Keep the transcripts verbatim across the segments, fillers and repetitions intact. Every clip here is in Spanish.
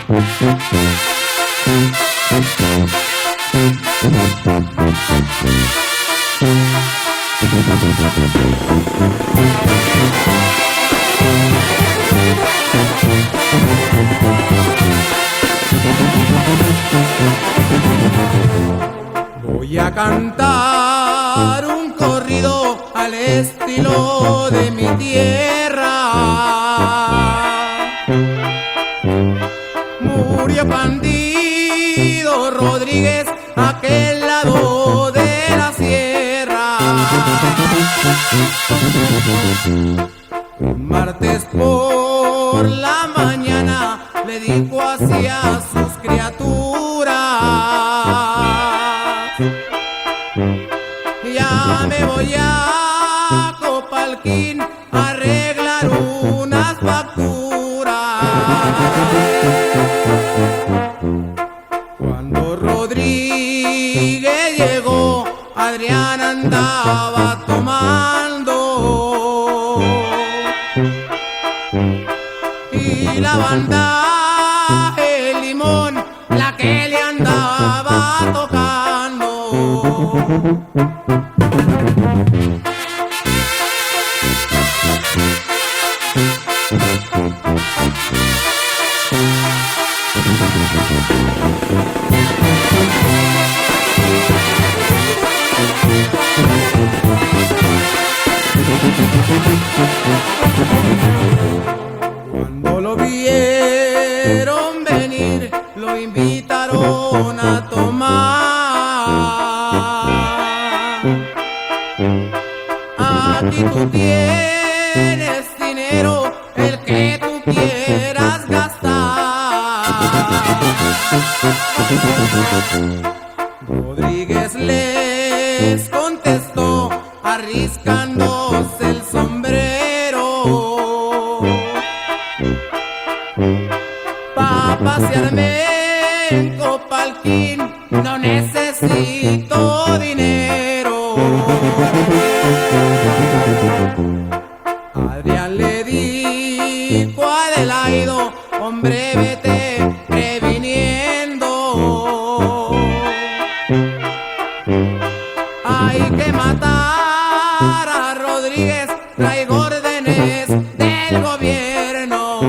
Voy a cantar un corrido al estilo de mi tierra. Murió Bandido Rodríguez, aquel lado de la sierra. Un martes por la mañana le dijo así a sus criaturas: ya me voy a Copalquín a arreglar unas facturas. Cuando Rodríguez llegó, Adrián andaba tomando, y la banda El Limón, la que le andaba tocando. Cuando lo vieron venir, lo invitaron a tomar. Aquí tú tienes dinero, el que tú quieras gastar. Rodríguez les contestó, arriscándose el sombrero: pa' pasearme en Copalquín no necesito dinero. Adrián le dijo a Adelaido: hombre, vete previniendo, hay que matar a Rodríguez, traigo órdenes del gobierno.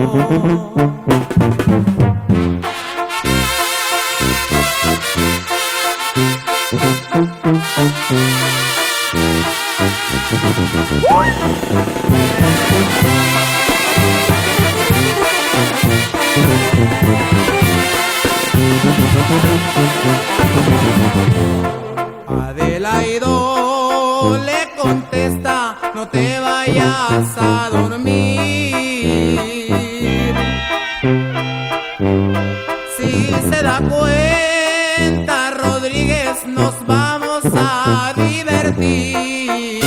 Adelaido le contesta: no te vayas a dormir. Si se da cuenta Rodríguez, nos vamos a divertir.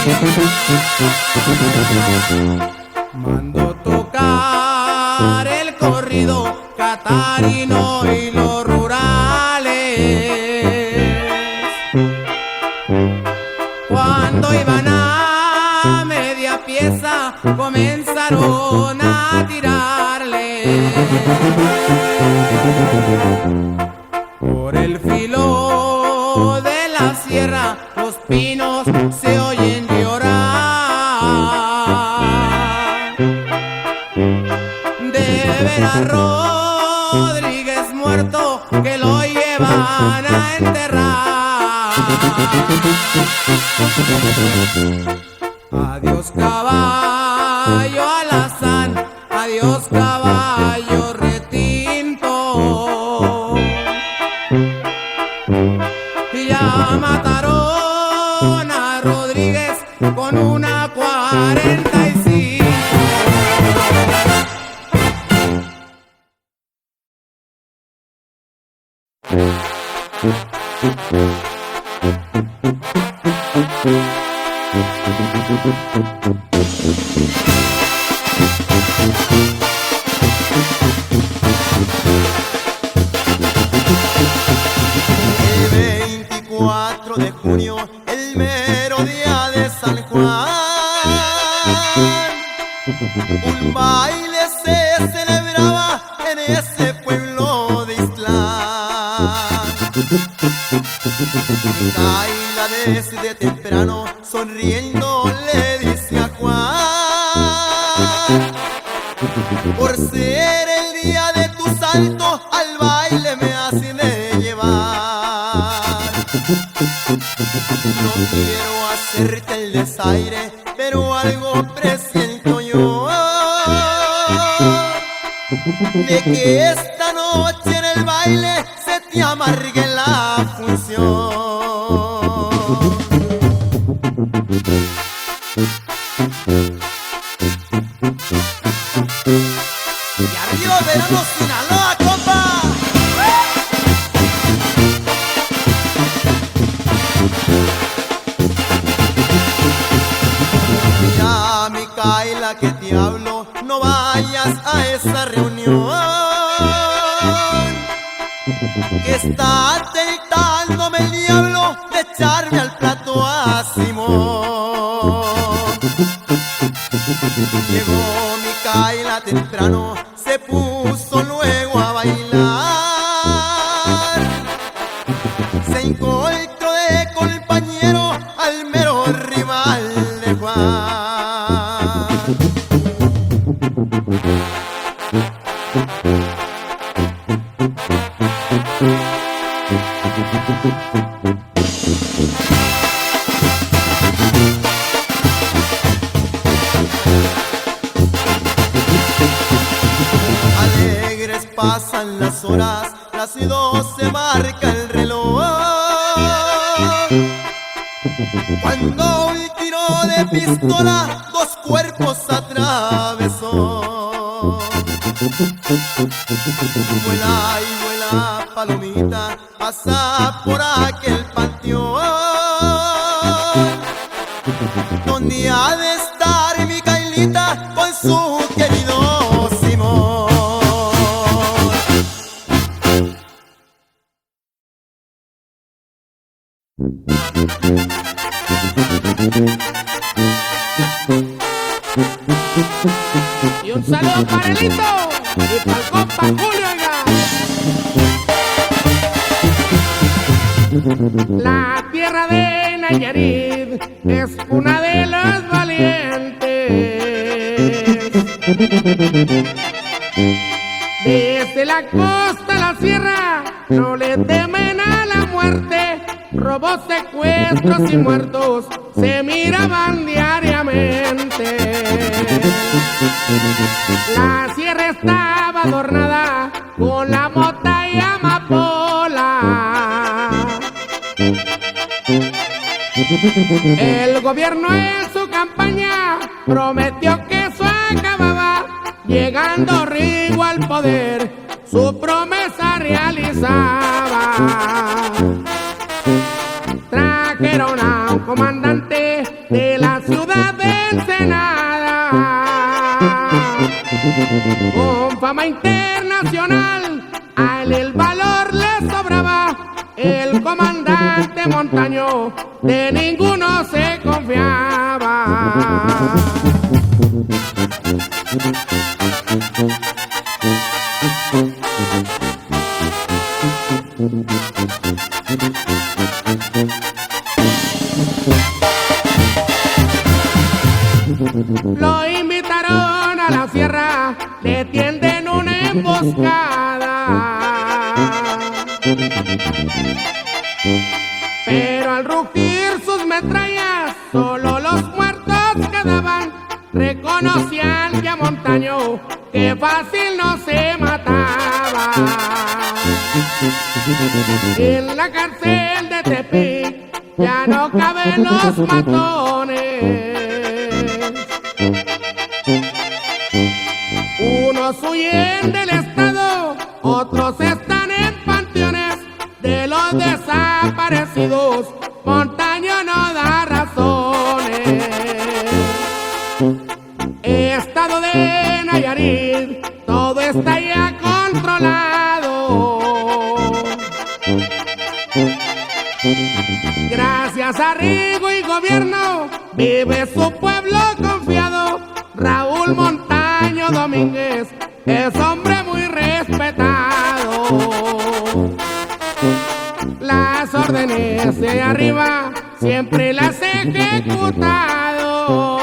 Mando tocar el corrido catarino y los rurales. Cuando iban a media pieza, comenzaron a tirarle. Por el filo de la sierra, los pinos se oyen llorar. De ver a Rodríguez muerto, que lo llevan a enterrar. Adiós caballo alazán, adiós caballo retinto. Ya mataron a Rodríguez con una cuarenta y cinco. El veinticuatro de junio, el mero día de San Juan, un baile se celebraba en ese Micaela desde temprano sonriendo le dice a Juan: por ser el día de tu salto al baile me has de llevar. No quiero hacerte el desaire, pero algo presiento yo, de que esta noche en el baile se te amargue la función. Y arriba verano Sinaloa, compa. Mira, Micaela, que te hablo, no vayas a esa reunión, que está tentándome el diablo de echarme al plato a Simón. Llegó Micaela temprano, se puso luego a bailar, se encontró de compañero al mero rival de Juan. Alegres pasan las horas, las doce marca el reloj, cuando un tiro de pistola dos cuerpos atravesó. Vuela y vuela palomita, pasa por aquel panteón, donde ha de estar Micaelita con su querido Simón. Y un saludo para Elito y para el compa Julio, oiga. La tierra de Nayarit es una de las valientes. Desde la costa a la sierra no le temen a la muerte. Robos, secuestros y muertos se miraban diariamente. La sierra estaba adornada con la mota y amapola. El gobierno en su campaña prometió que eso acababa. Llegando Rigo al poder, su promesa realizaba. Trajeron a un comandante de la ciudad de Ensenada, con fama internacional, a él el valor le sobraba. El comandante Montaño de ninguno se confiaba. Lo invitaron a la sierra, le tienden una emboscada. Pero al rugir sus metrallas, solo los muertos quedaban. Reconocían ya Montaño que fácil no se mataba. En la cárcel de Tepic ya no caben los matones. Unos huyen del estado, otros están en panteones. De los desaparecidos, Montaño no da razones. Estado de Nayarit, todo está ya controlado. Gracias a Rigo y gobierno, vive su pueblo confiado. Raúl Montaño Domínguez es hombre muy respetado. Las órdenes desde arriba siempre las he ejecutado.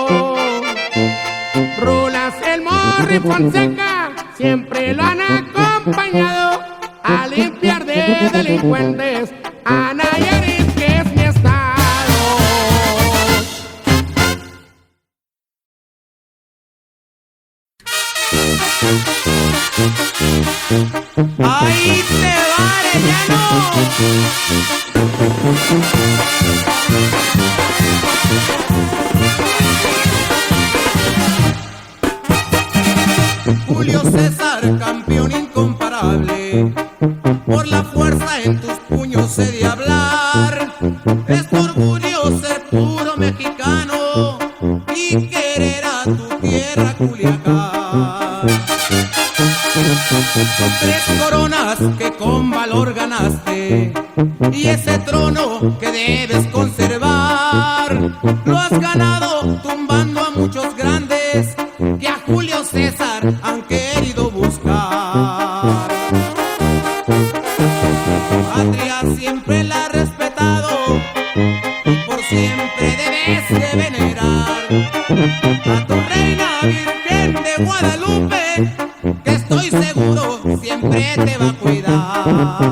Rulas el Morro y Fonseca siempre lo han acompañado a limpiar de delincuentes a Nayarit, que es mi estado. Ahí te va, Arellano. Julio César, campeón incomparable, por la fuerza en tus puños he de hablar. Es tu orgullo ser puro mexicano y querer a tu tierra Culiacán. Tres coronas que con valor ganaste y ese trono que debes conservar, lo has ganado tumbando a muchos grandes que a Julio César han querido buscar. Patria siempre la has respetado y por siempre debes de venerar a tu reina Virgen de Guadalupe, que estoy seguro siempre te va a cuidar.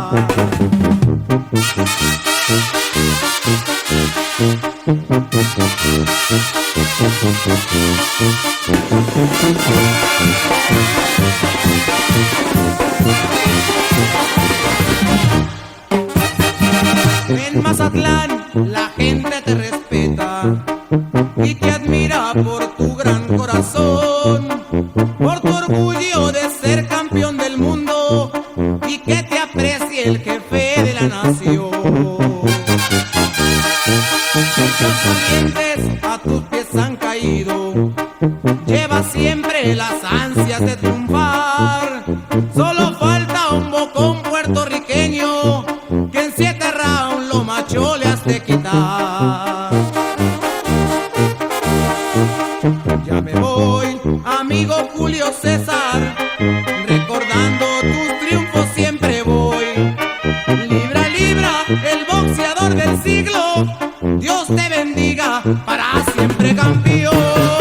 En Mazatlán la gente te respeta y te admira por tu gran corazón, por tu orgullo de ser campeón del mundo y que te aprecie el jefe de la nación. Los valientes a tus pies han caído, llevas siempre las ansias de triunfar. Solo falta un bocón puertorriqueño que en siete rounds lo macho le has de quitar. Ya me voy, amigo Julio César, recordando tus triunfos siempre voy. Libra, libra, el boxeador del siglo, Dios te bendiga para siempre, campeón.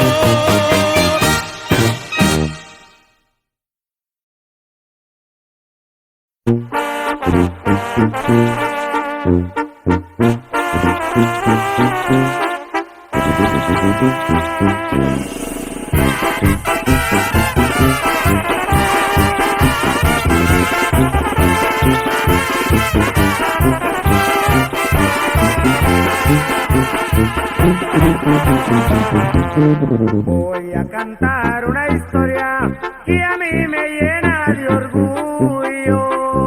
Voy a cantar una historia que a mí me llena de orgullo,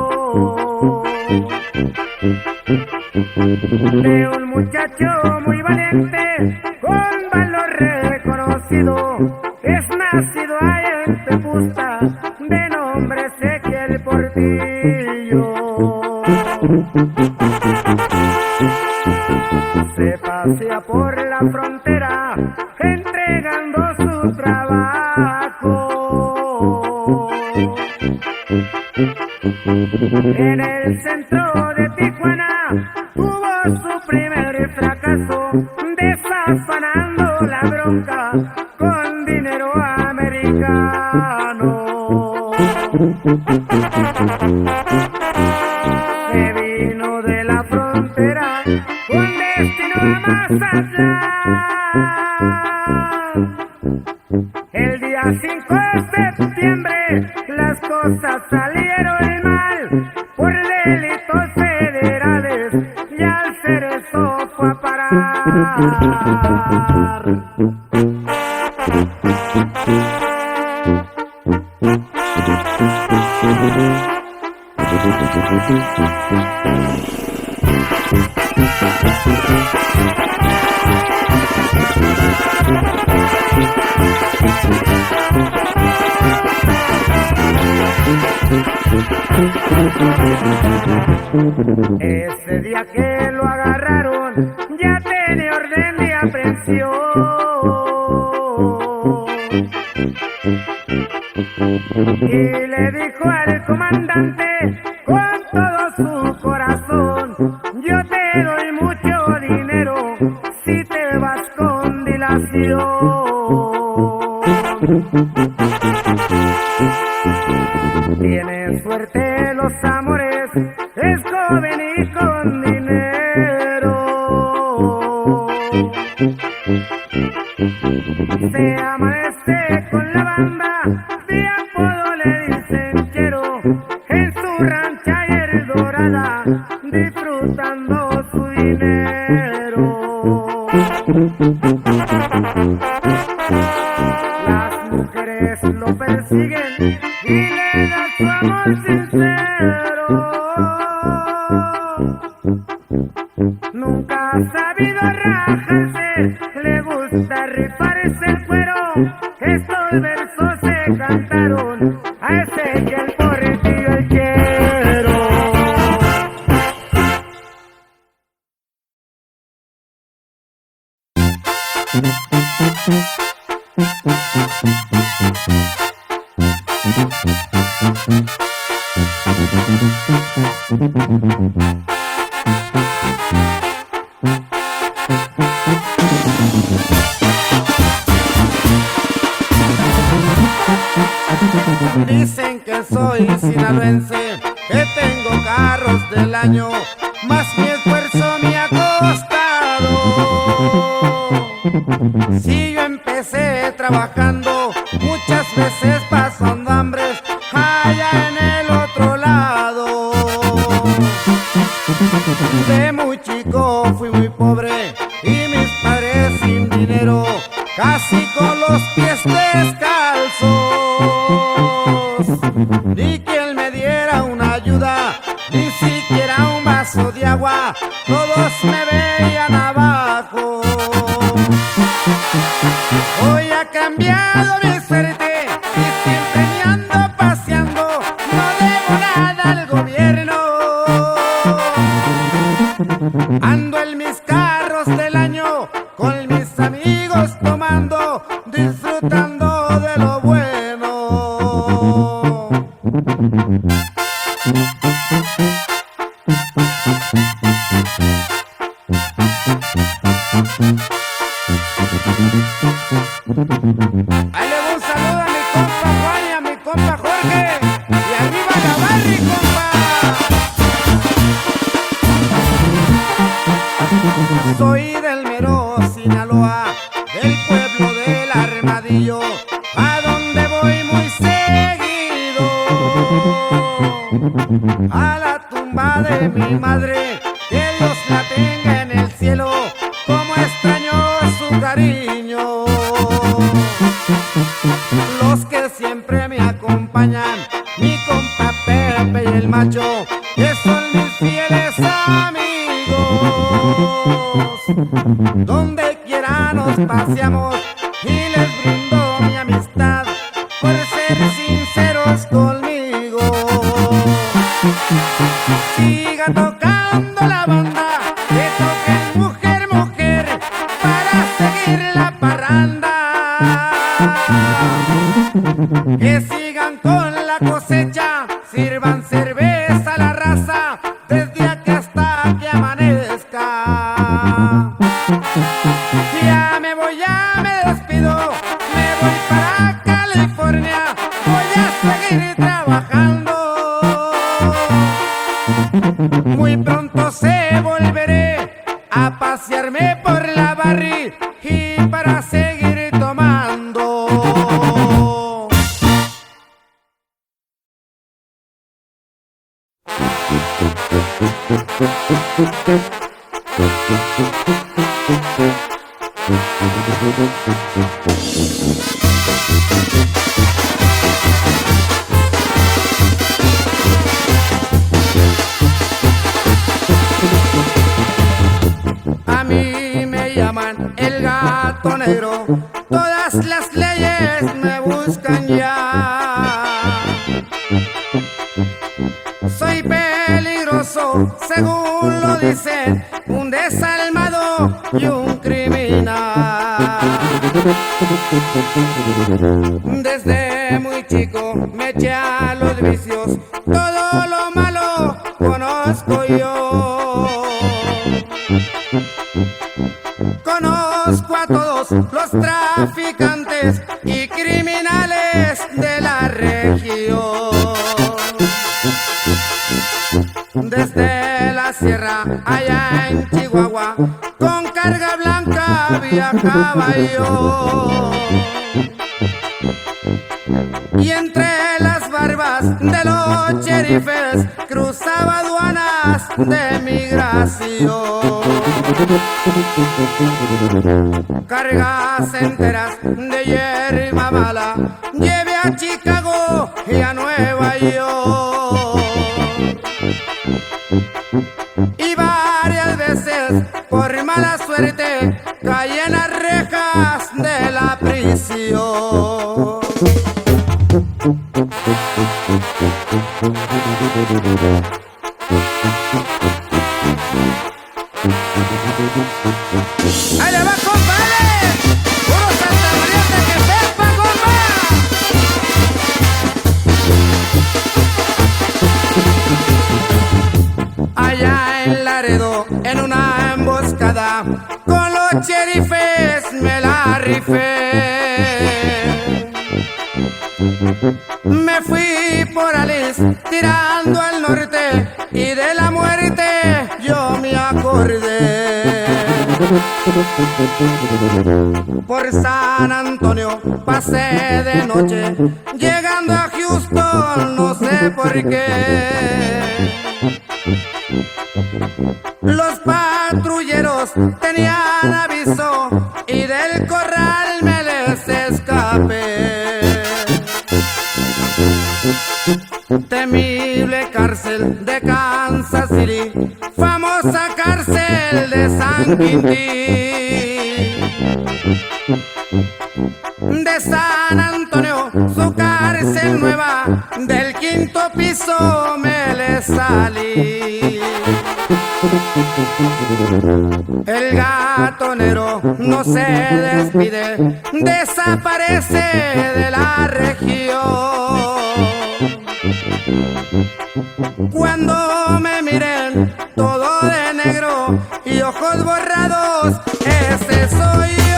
de un muchacho muy valiente con valor reconocido. Es nacido allá en Tepusta, de nombre Ezequiel Portillo. Se pasea por la frontera entregando su trabajo. En el centro de Tijuana tuvo su primer fracaso, desafanando la bronca con dinero americano. Se vino de la frontera con destino a Mazatlán. El día cinco de septiembre las cosas salieron mal por delitos federales y al cerezo fue a parar. Ese día que lo agarraron ya tenía orden de aprehensión y le dijo al comandante: con todo su corazón. Yo te doy mucho dinero si te vas con dilación. Tiene suerte los amores, es joven y con dinero. Se amanece con la banda, de apodo le dicen Chero, en su rancha ayer dorada, disfrutando su dinero. Las mujeres lo persiguen y le dan su amor sincero. Nunca ha sabido rajarse, le gusta rifarse el cuero. Estos versos se cantaron a ese que el porretillo el quiero. Dicen que soy sinaloense, que tengo carros del año, más mi esfuerzo me ha costado. Si yo empecé trabajando, muchas veces pasando hambres allá en el otro lado. De muy chico fui muy pobre y mis padres sin dinero, casi con los pies descalzos. Ni quien me diera una ayuda, ni siquiera un vaso de agua, todos me veían abajo. Hoy ha cambiado mi suerte y siempre me ando paseando, no debo nada al gobierno. Ando en mis carros del año, con mis amigos tomando, disfrutando de lo bueno. Ahí le doy un saludo a mi compa Juan y a mi compa Jorge, y arriba la barri, compa. Soy del mero Sinaloa, del pueblo del Armadillo, a donde voy muy seguido. A la tumba de mi madre, que Dios la tenga en el cielo, como extraño su cariño. Los que siempre me acompañan, mi compa Pepe y el Macho, que son mis fieles amigos. Donde quiera nos paseamos y les brindo mi amistad por ser sinceros conmigo. Siga tocando la banda, que toquen mujer, mujer, para seguir la parranda. Que sigan con la cosecha, sirvan cerveza a la raza, desde aquí hasta que amanezca. Ya me voy, ya me despido, me voy para California, voy a seguir trabajando. Muy pronto se volveré a pasearme por la barri y para seguir tomando. A mí me llaman el gato negro, todas las leyes me buscan ya. Soy peligroso, según lo dicen, un desalmado y un criminal. Desde muy chico me eché a los vicios, todo lo malo los traficantes y criminales de la región. Desde la sierra allá en Chihuahua, con carga blanca viajaba yo. Y entre las barbas de los cherifes cruzaba aduanas de migración. Cargas enteras de hierba mala llevé a Chicago y a Nueva York. Y varias veces por mala suerte caí en las rejas de la prisión. ¡Ahí le va, compadre! ¡Puro santamariante que sepa, compa! Allá en Laredo, en una emboscada, con los cherifes me la rifé. Me fui por Alice tirando al norte y de la muerte yo me acordé. Por San Antonio pasé de noche, llegando a Houston no sé por qué. Los patrulleros tenían aviso y del corral me les escapé. Temible cárcel de Kansas City, famosa cárcel de San Quintín. De San Antonio, su cárcel nueva, del quinto piso me le salí. El gatonero no se despide, desaparece de la región. Cuando me miren todo de negro y ojos borrados, ese soy yo.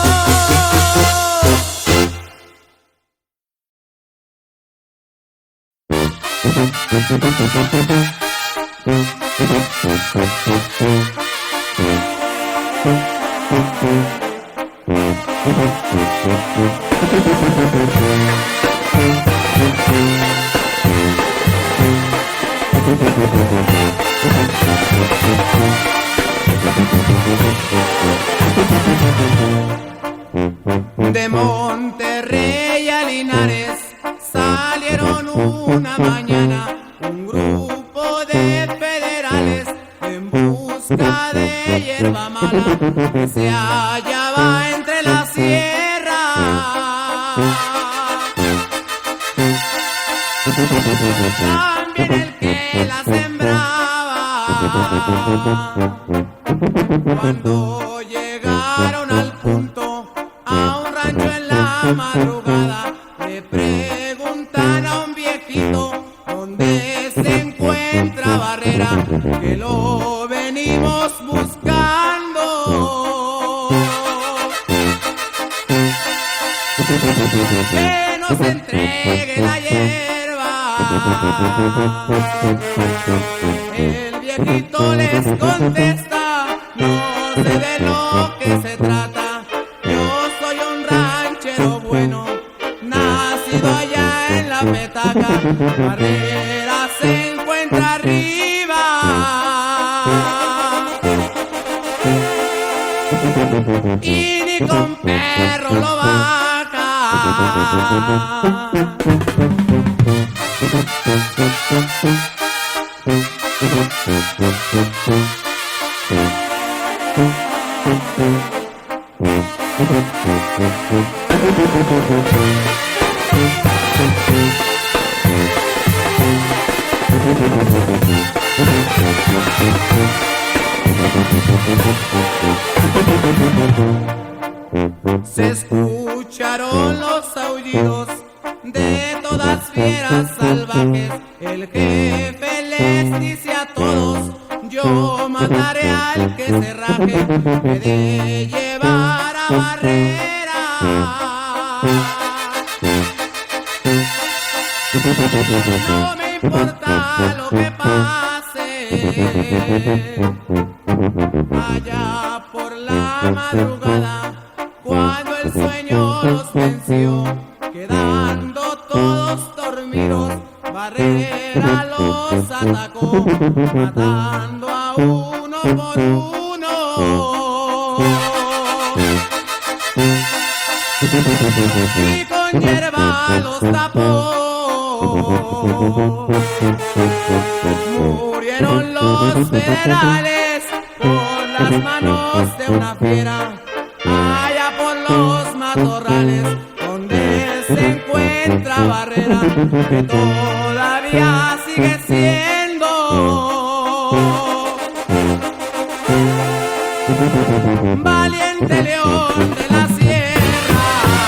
De Monterrey a Linares salieron una mañana un grupo de federales en busca de hierba mala que se hallaba entre la sierra. También el que la sembraba. Cuando llegaron al punto, a un rancho en la madrugada, le preguntan a un viejito dónde se encuentra Barrera, que lo venimos buscando. Que nos entregue la hierba. El viejito les contesta, no sé de lo que se trata. Yo soy un ranchero bueno, nacido allá en la petaca. Barrera se encuentra arriba. Y ni con perro lo baja. Se escucharon los aullidos de todas fieras salvajes. El jefe les dice a todos, yo mataré al que se raje. He de llevar a barrera. No me importa lo que pase, allá por la madrugada, cuando el sueño los venció, quedando todos dormidos, Barrera los atacó, matando a uno por uno. Y con hierba los tapó. Murieron los federales por las manos de una fiera, allá por los matorrales donde se encuentra Barrera, que todavía sigue siendo valiente león de la sierra.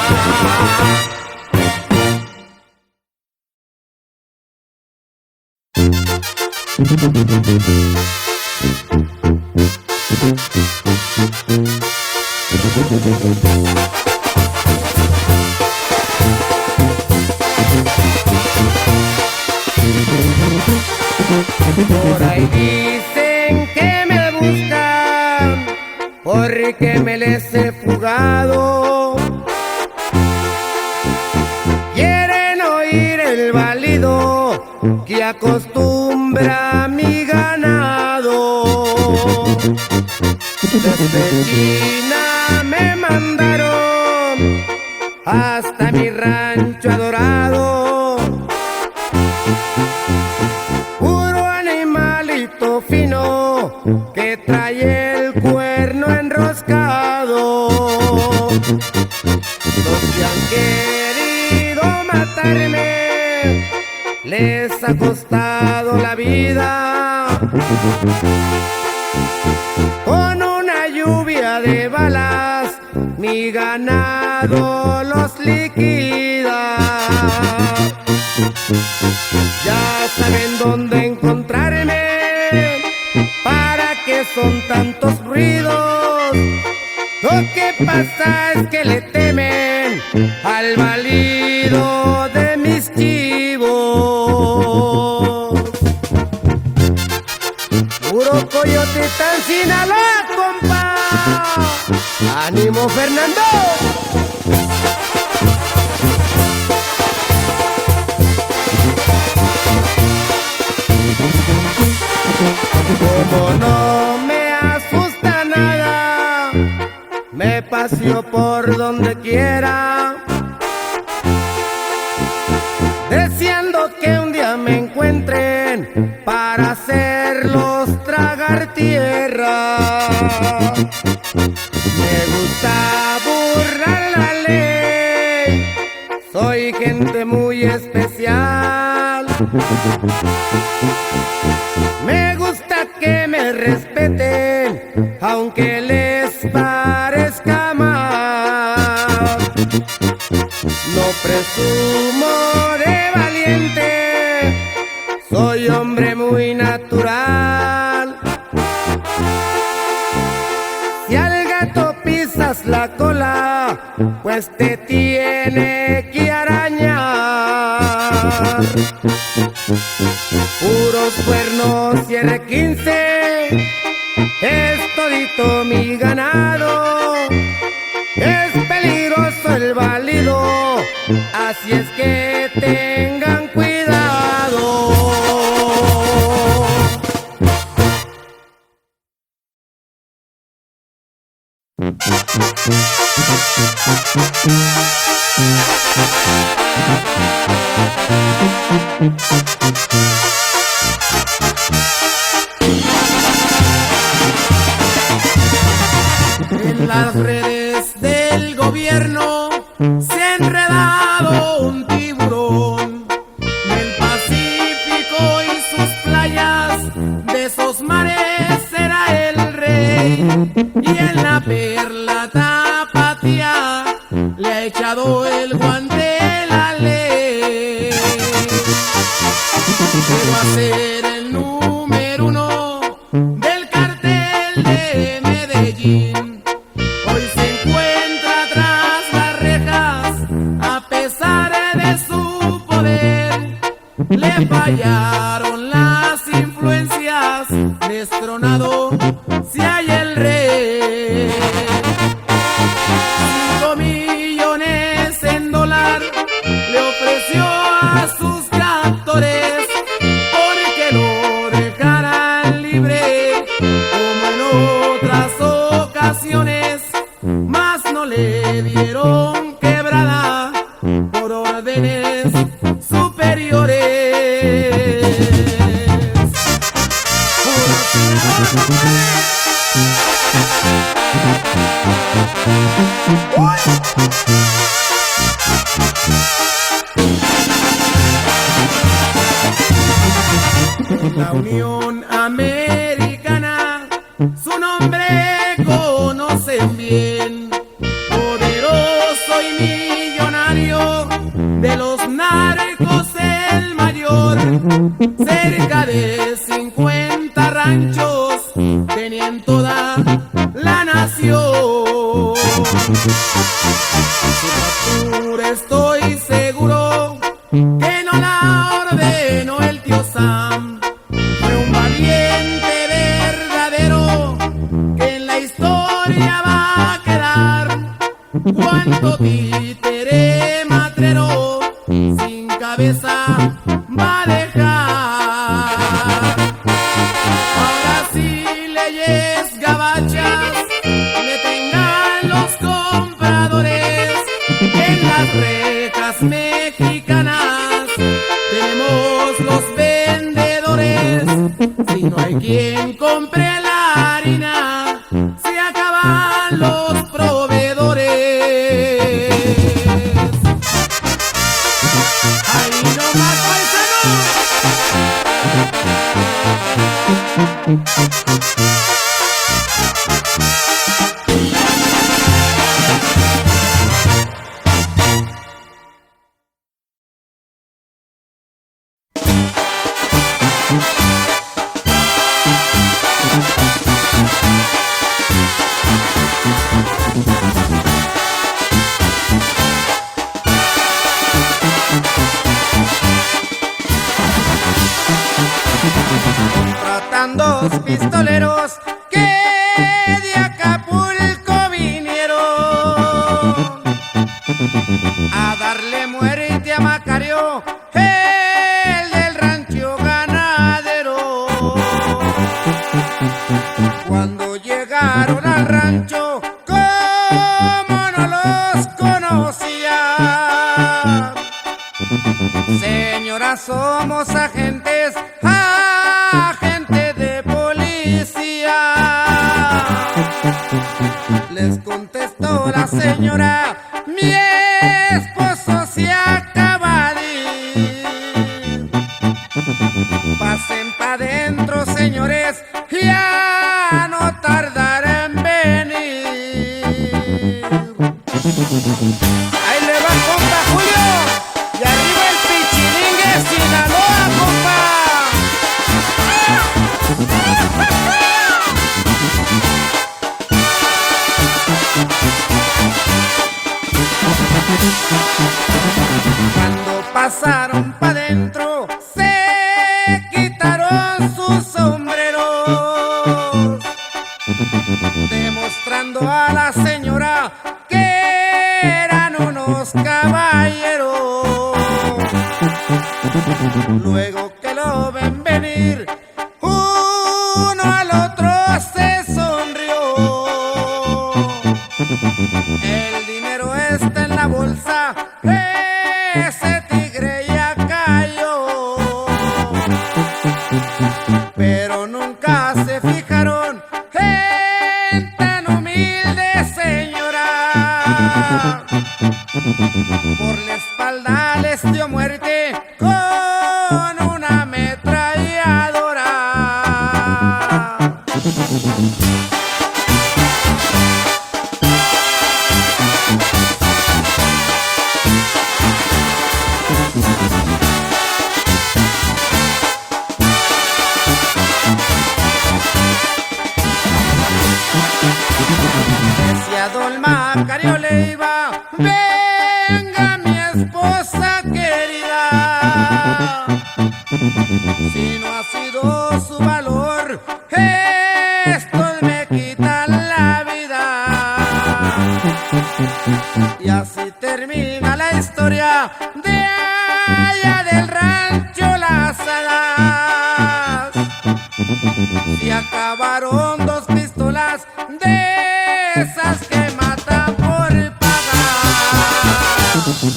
Por ahí dicen que me buscan porque me les he fugado. Quieren oír el balido que acostumbra mi ganado. Desde China me mandaron hasta mi rancho adorado. Puro animalito fino que trae el cuerno enroscado. Los que han querido matarme les ha costado la vida. Con una lluvia de balas mi ganado los liquida. Ya saben dónde encontrarme, para qué son tantos ruidos. Lo que pasa es que le temen al balido de mis chivos. Puro coyote tan Sinaloa, compa. ¡Ánimo, Fernando! Como no me asusta nada, me paseo por donde quiera, deseando que un día me encuentren para hacerlos tragar tierra. Me gusta burlar la ley, soy gente muy especial. Me gusta que me respeten, aunque les parezca mal. No presumo de valiente, soy hombre muy natural. Si al gato pisas la cola, pues te tiene que arañar. Puros cuernos y R quince es todito mi ganado. Es peligroso el balido, así es que tengan cuidado. En las redes del gobierno se ha enredado un tiburón del Pacífico y sus playas, de esos mares será el rey, y en la perla tapatía le ha echado el guante la ley. Llegó a ser el número uno del cartel de Medellín. Hoy se encuentra le fallaron las influencias, destronado se halla el rey. Cinco millones en dólar le ofreció a sus captores porque lo dejaran libre como en otras ocasiones, mas no le dieron quebrada por órdenes superiores. La Unión Americana, su nombre conocen bien, poderoso y millonario, de los narcos el mayor, cerca de cincuenta ranchos tenía en toda la nación. Su captura estoy seguro que no la ordenó el tío Sam, fue un valiente verdadero que en la historia va a quedar. Cuánto títere matrero sin cabeza va a dejar. Ahora sí leyes gabachas le tengan los compradores en las rejas mexicanas. Tenemos los vendedores, si no hay quien compre la harina, se acaban los proveedores. Ahí nomás, Contratan dos pistoleros que de Acapulco vinieron a darle muerte a Macario, el del rancho ganadero. Cuando llegaron al rancho, como no los conocía, señora, somos agentes, agente de policía. Les contestó la señora, mi esposo se acaba de ir. Pasen pa' dentro, señores, ya no tardará en venir. Ahí le va, compa Julio, y arriba el Pichilingue, Sinaloa, compa. Cuando pasaron pa' dentro, se quitaron sus sombreros, demostrando a la señora que eran unos caballeros. Luego que lo ven venir, uno al otro se sonrió. El dinero está en la bolsa, ese tigre ya cayó. Pero nunca se fijaron en tan humilde señora. Por la espalda les dio muerte con una ametralladora. Decía don Macario Leiva, venga mi esposa querida, Si no ha sido su valor, estos me quitan la vida. Y así termina la historia de allá del rancho Las Hadas. Y acabaron dos pistolas de esas que matan por pagar.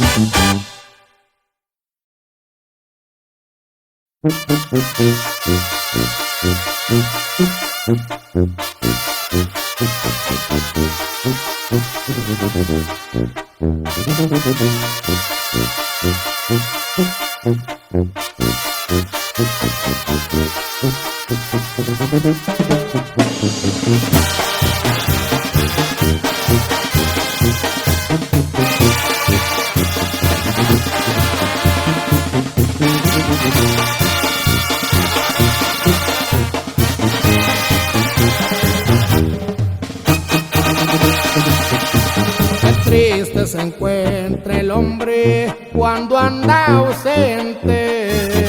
Qué triste se encuentra el hombre cuando anda ausente,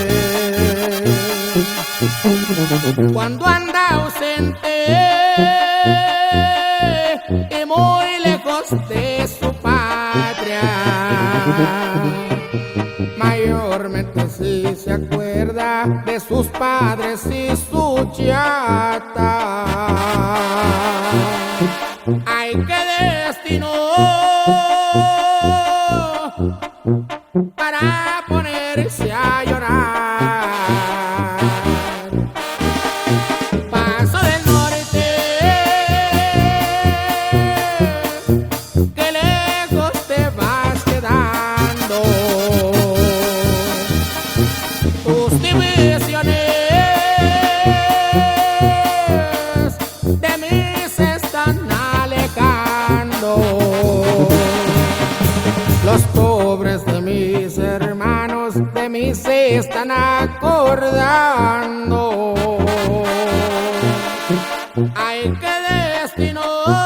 cuando anda ausente y muy lejos de su patria. Mayormente si se acuerda de sus padres y su chata. Ay, qué destino para ponerse a llorar. Paso del norte, que lejos te vas quedando. Tus divisiones de mí se están alejando. Los pobres de mis hermanos de mí se están acordando. Ay, qué destino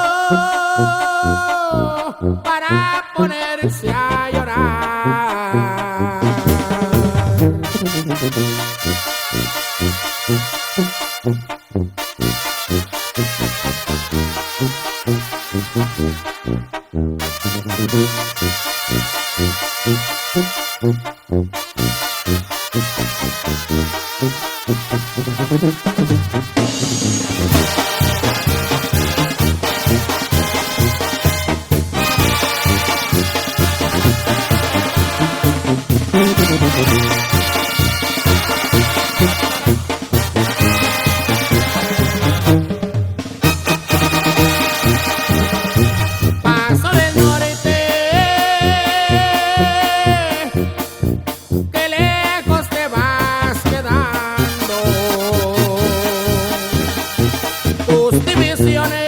para ponerse a llorar. Paso del norte, que lejos te vas quedando. Tus divisiones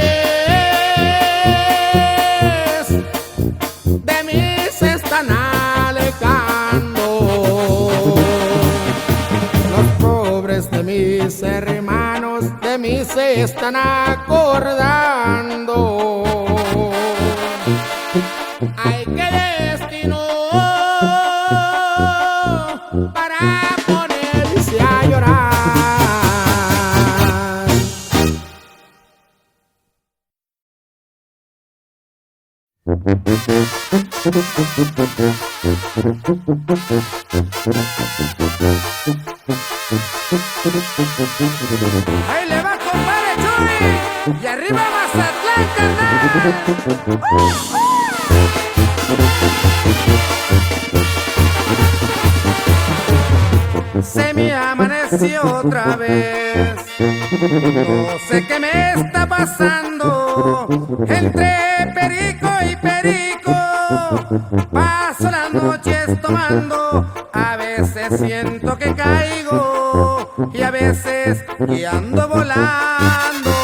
de mí se están alejando. Los pobres de mis hermanos de mí se están acordando. Ay, qué destino para ponerse a llorar. Ahí le va, compadre Chuy, y arriba Mazatlán, carnal. ¡Uh! Se me amaneció otra vez, no sé qué me está pasando, entre perico y perico, paso las noches tomando, a veces siento que caigo y a veces que ando volando.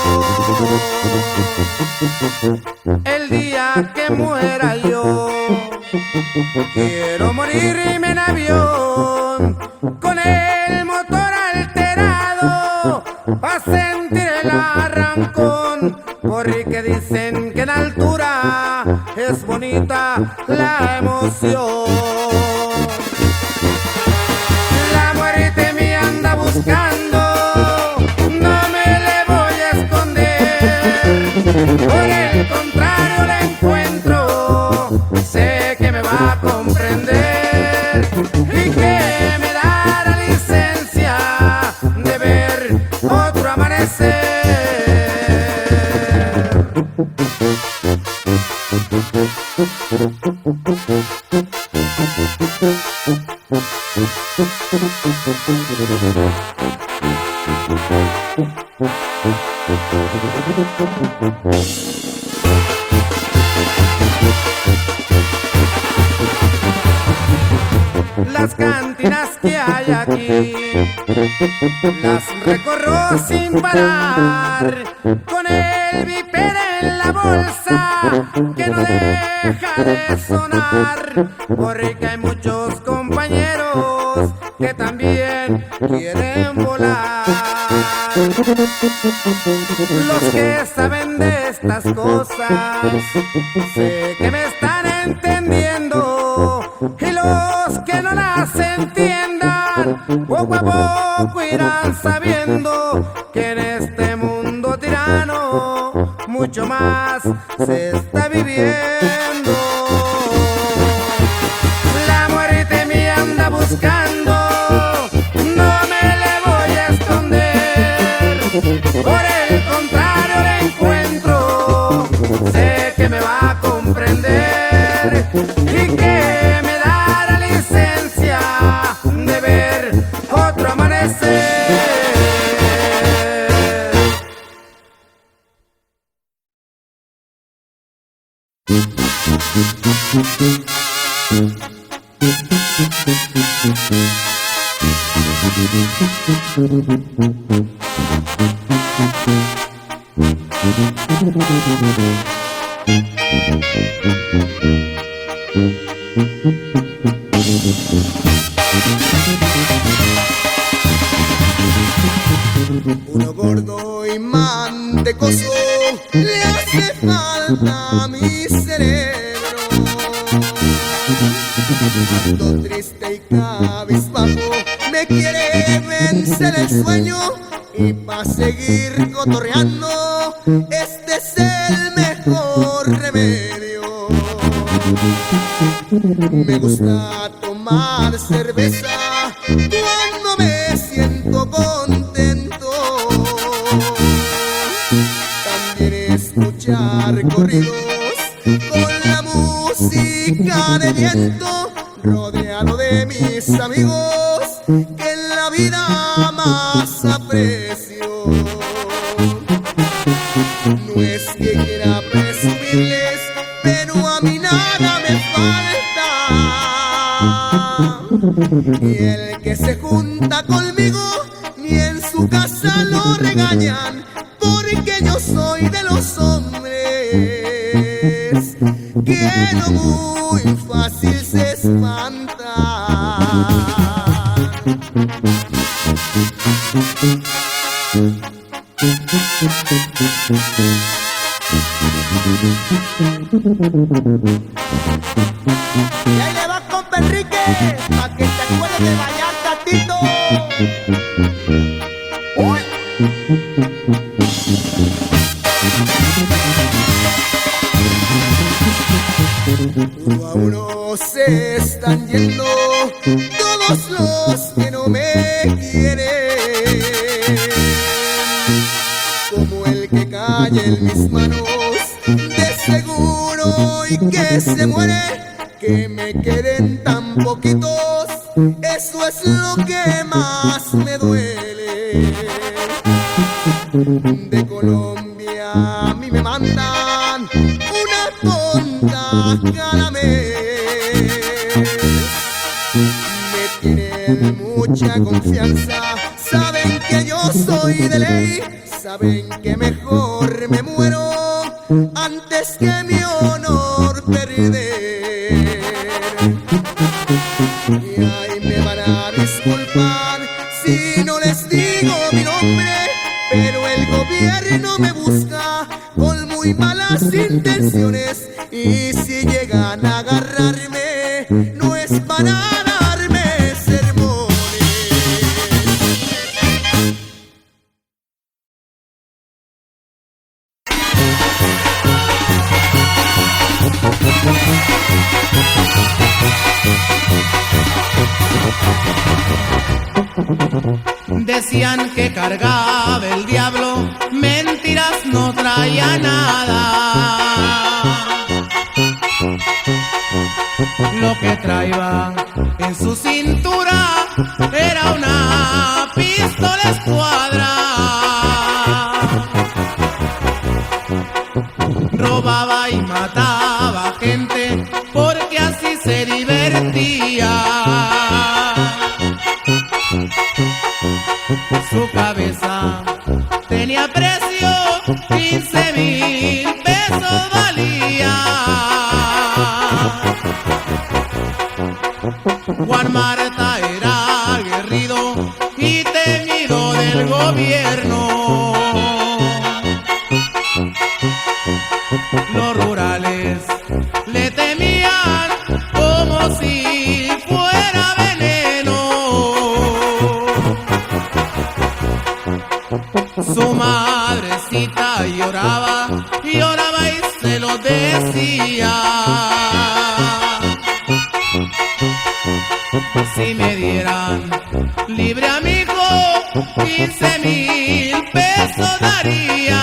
El día que muera yo, quiero morirme en avión, con el motor alterado, pa' sentir el arrancón, porque dicen que en altura es bonita la emoción. La muerte mía Las cantinas que hay aquí las recorro sin parar, con el viper en la bolsa que no deja de sonar, porque hay muchos compañeros que también quieren volar. Los que saben de estas cosas sé que me están entendiendo, y los que no las entiendan poco a poco irán sabiendo que en este mundo tirano mucho más se está viviendo. La muerte me anda buscando, no me le voy a esconder, por el contrario la encuentro, sé que me va a comprender y que me da la licencia de ver otro amanecer. Uno gordo y mantecoso le hace falta a mi cerebro. Ando triste y cabizbajo, me quiere vencer el sueño, y pa' seguir cotorreando este es el mejor remedio. Me gusta tomar cerveza cuando me siento contento, también escuchar corridos con la música de viento, rodeado de mis amigos que en la vida más aprecio. No es que quiera presumirles, pero a mí nada me falta, y el que se junta conmigo ni en su casa lo regañan, porque yo soy de los hombres que no muy fácil se espanta. Y ahí le va, compa Enrique, pa' que te acuerdes de Vallarta, Tito. ¡Uy! Uno a uno se están yendo todos los que no me quieren, como el que cae en mis manos, de seguro y que se muere, que me queden tan poquitos, eso es lo que más me duele. De Colombia a mí me mandan una tonta cada mes, me tienen mucha confianza, saben que yo soy de ley, saben que mejor me muero antes que mi honor perder. Y ahí me van a disculpar si no les digo mi nombre, pero el gobierno me busca con muy malas intenciones, y si llegan a agarrarme no es para darme sermones. Decían que cargaba el diablo, mentiras, no traía nada. Lo que traía en su cintura era una pistola escuadra. Robaba y mataba gente porque así se divertía. Su cabeza tenía precio, quince mil pesos valía. Juan Marta era aguerrido y temido del gobierno. Los rurales le temían como si fuera veneno. Su madrecita lloraba, lloraba y se lo decía. Si me dieran libre a mi hijo, quince mil pesos daría.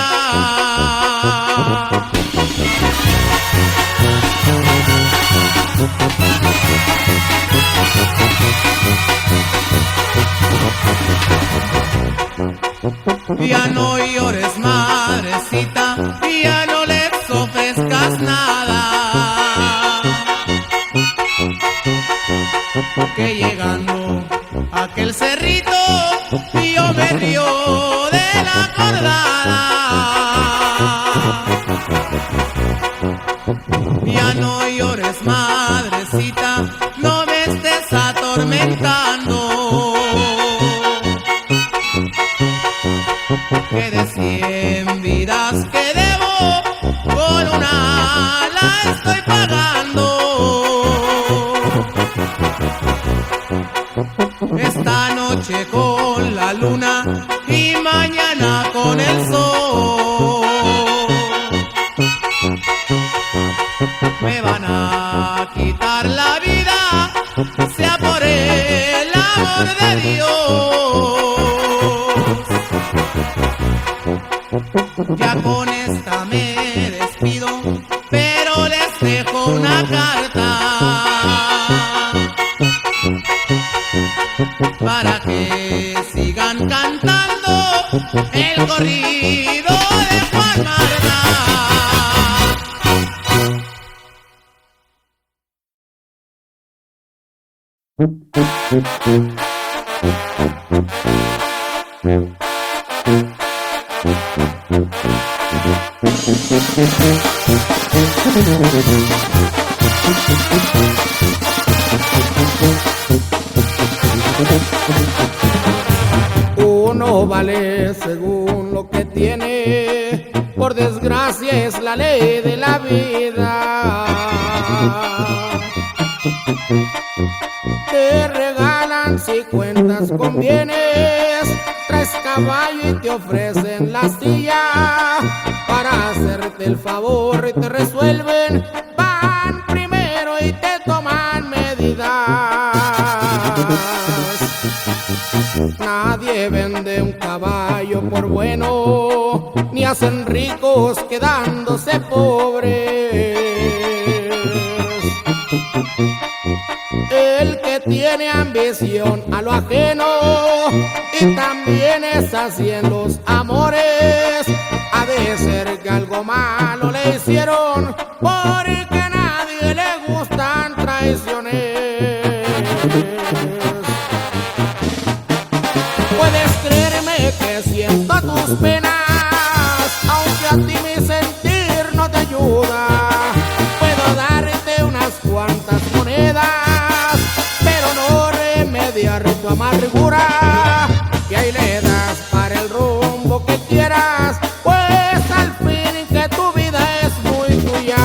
Ya no llores, madrecita, ya no les ofrezcas nada, que llegando a aquel cerrito yo me río de la acordada. Ya no llores, madrecita, no me estés atormentando, que de cien vidas que debo, con una la estoy pagando. Esta noche con la luna y mañana con el sol me van a quitar la vida, sea por el amor de Dios. Ya con esta me despido, pero les dejo una carta para que sigan cantando el corrido de Juan Marta. Uno vale según lo que tiene, por desgracia es la ley de la vida. Te regalan si cuentas con bienes, traes caballo y te ofrecen la silla. Para hacerte el favor y te resuelven, van primero y te toman medidas. Nadie vende un caballo por bueno, ni hacen ricos quedándose pobres. El que tiene ambición a lo ajeno y también es así en los amores, ha de ser que algo malo le hicieron, porque a nadie le gustan traiciones. Puedes creerme que siento tus penas, aunque a ti mi sentir no te ayuda. Puedo darte unas cuantas monedas, pero no remediar tu amargura. Y ahí le das para el rumbo que quieras, pues al fin que tu vida es muy tuya.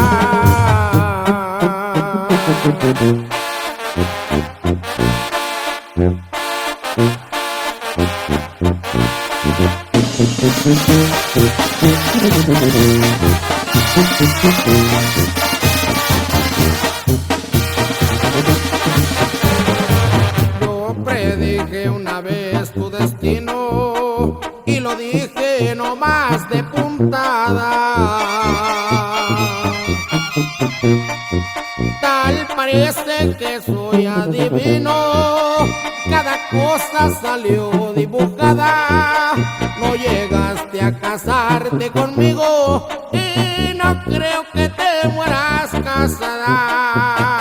Yo predije una vez tu destino y lo dije no más de puntada. Tal parece que soy adivino, cada cosa salió dibujada. No llegaste a casarte conmigo y no creo que te mueras casada.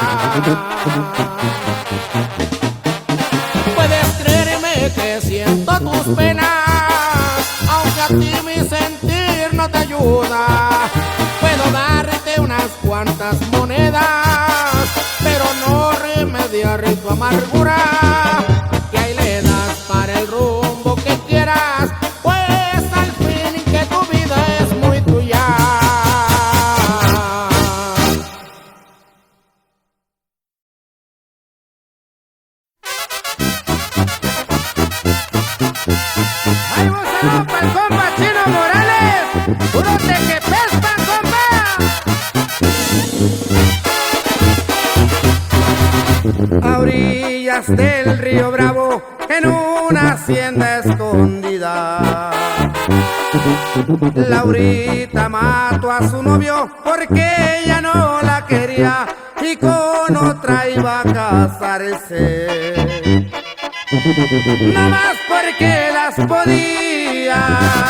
Puedes creerme que siento tus penas, aunque a ti mi sentir no te ayuda. Puedo darte unas cuantas monedas, pero no remediar tu amargura. Que ahí le das para el rumbo que quieras, pues al fin que tu vida es muy tuya. ¡Ay, búsalo pa'l compa Chino Morales! ¡Puro tequepespa, compa! A orillas del río Bravo, en una hacienda escondida, Laurita mató a su novio porque ella no la quería y con otra iba a casarse. Nada más porque las podía.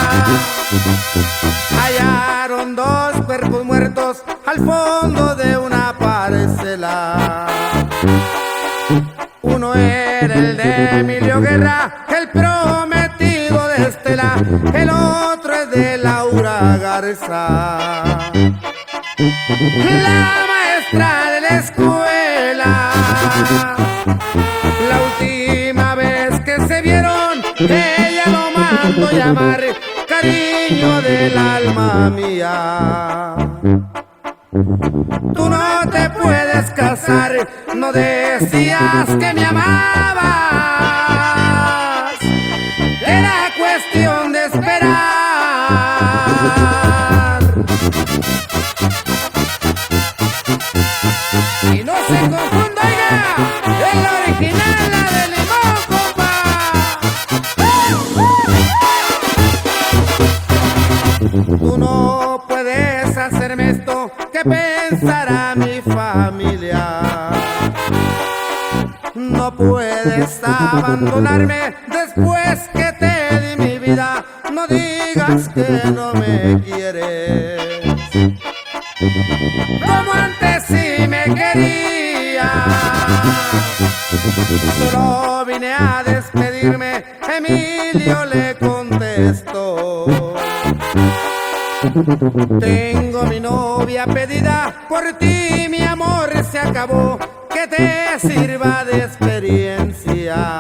Hallaron dos cuerpos muertos al fondo de una parcela. Uno era el de Emilio Guerra, el prometido de Estela. El otro es de Laura Garza, la maestra de la escuela. La última vez que se vieron, ella lo mandó llamar cariño del alma mía. Tú no te puedes casar, no decías que me amabas. Era cuestión de esperar. Y no se confunda, oiga, es la original, la de limón, compa. Tú no puedes hacerme esto, ¿qué pensará mi familia? No puedes abandonarme después que te di mi vida. No digas que no me quieres, como antes sí me querías. Solo vine a despedirme, Emilio le contestó. Tengo mi novia pedida, por ti mi amor se acabó. Que te sirva de experiencia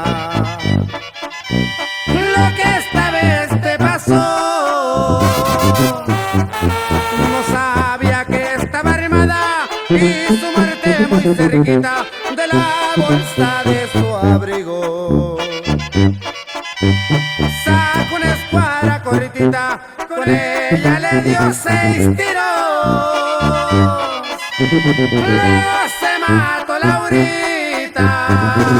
lo que esta vez te pasó. No sabía que estaba armada y su muerte muy cerquita de la bolsa de su abrigo. Sacó una escuadra cortita, con ella le dio seis tiros. Luego se mató Laurita.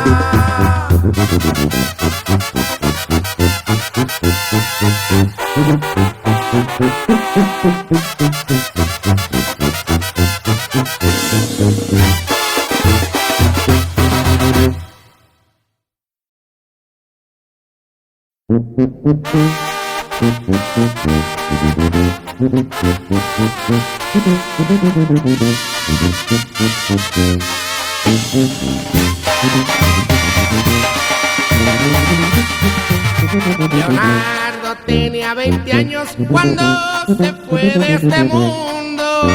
Leonardo tenía veinte años cuando se fue de este mundo.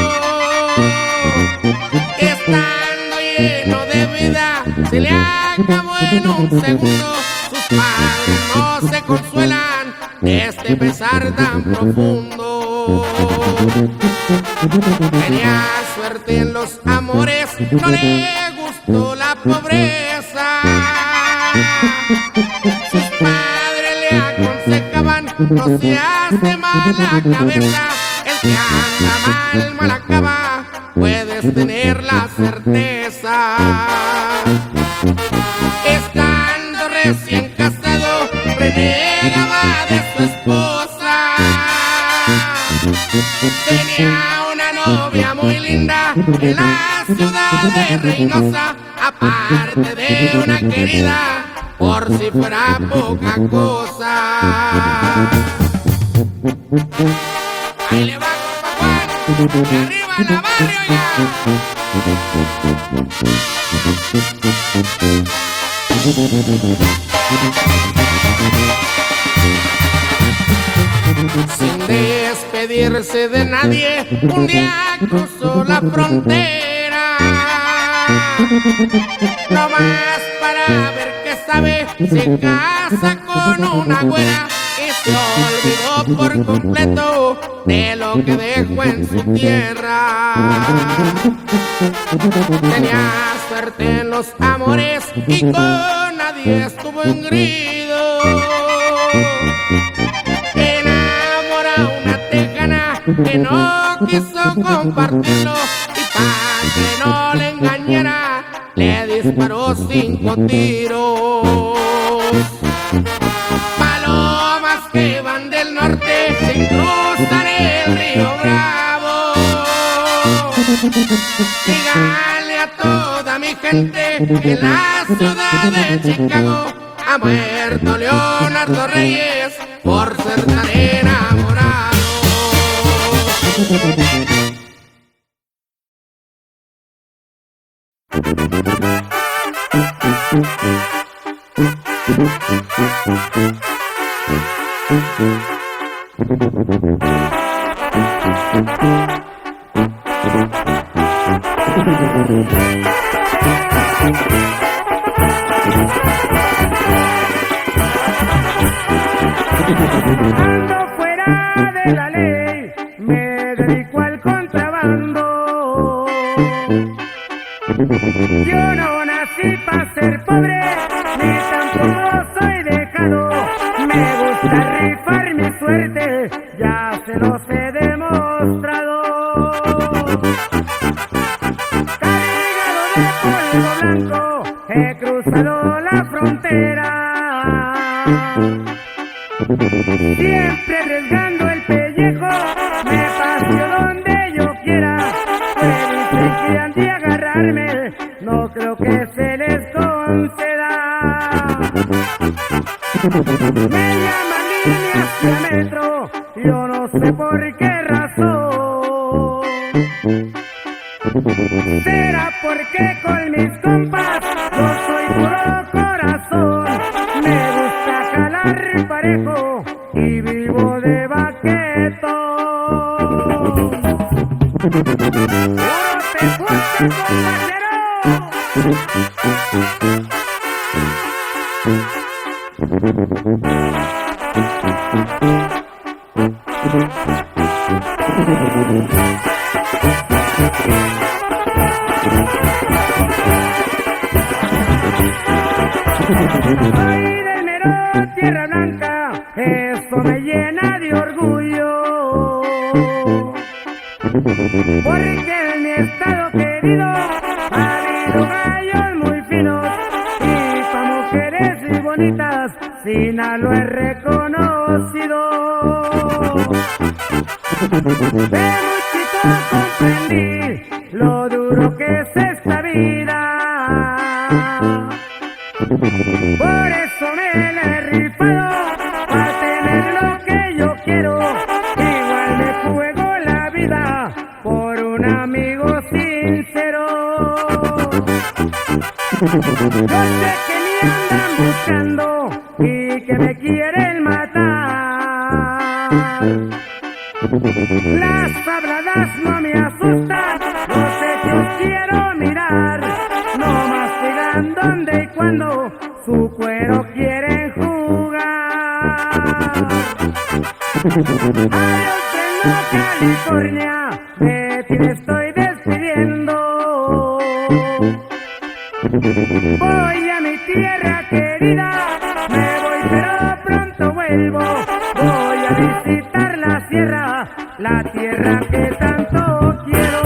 Estando lleno de vida, se le acabó en un segundo. Sus padres no se consuelan de este pesar tan profundo. Tenía suerte en los amores, no le gustó la pobreza. Sus padres le aconsejaban, no seas de mala cabeza. El que anda mal, mal acaba, puedes tener la certeza. Estando recién casado, renegaba de su esposa. Tenía una novia muy linda en la ciudad de Reynosa, aparte de una querida, por si fuera poca cosa. Ahí le va, compa Juan, y arriba la barrio ya. Sin despedirse de nadie, un día cruzó la frontera, no más para ver qué sabe, se casa con una güera y se olvidó por completo de lo que dejó en su tierra. Tenía suerte en los amores y con nadie estuvo engreído. Enamora a una tejana que no quiso compartirlo, y para que no le engañara le disparó cinco tiros. Palomas que van del norte sin cruzar el río Bravo. Díganle a toda mi gente que en la ciudad de Chicago ha muerto Leonardo Reyes por ser tan enamorado. Ando fuera de la ley, me dedico al contrabando. Yo no nací para ser pobre, ni tampoco soy dejado. Me gusta rifar mi suerte, ya se los he demostrado. Cargado de polvo blanco, he cruzado la frontera. Siempre arriesgando el pellejo, me paseo donde yo quiera. Pues dicen que han de agarrarme, no creo que se les conceda. Me llaman líneas de metro, yo no sé por qué razón. Será porque con mis compas yo soy puro corazón. Me gusta jalar parejo y vivo de baquetón. ¡Fuerte, fuerte, compañero! Soy del mero Tierra Blanca, eso me llena de orgullo, porque en mi estado querido ha habido gallos muy finos, y pa' mujeres y bonitas Sinaloa he reconocido. De muy chico comprendí lo duro que es esta vida, por eso me la he rifado, para tener lo que yo quiero. Igual me juego la vida por un amigo sincero. Yo sé que me andan buscando y que me quieren matar. Las habladas no me asustan, los hechos quiero mirar. No más pegan donde y cuando su cuero quieren jugar. Adiós, Fresno, California, de ti me estoy despidiendo. Voy a mi tierra querida, me voy pero pronto vuelvo. Voy a visitar la sierra, la tierra que tanto quiero.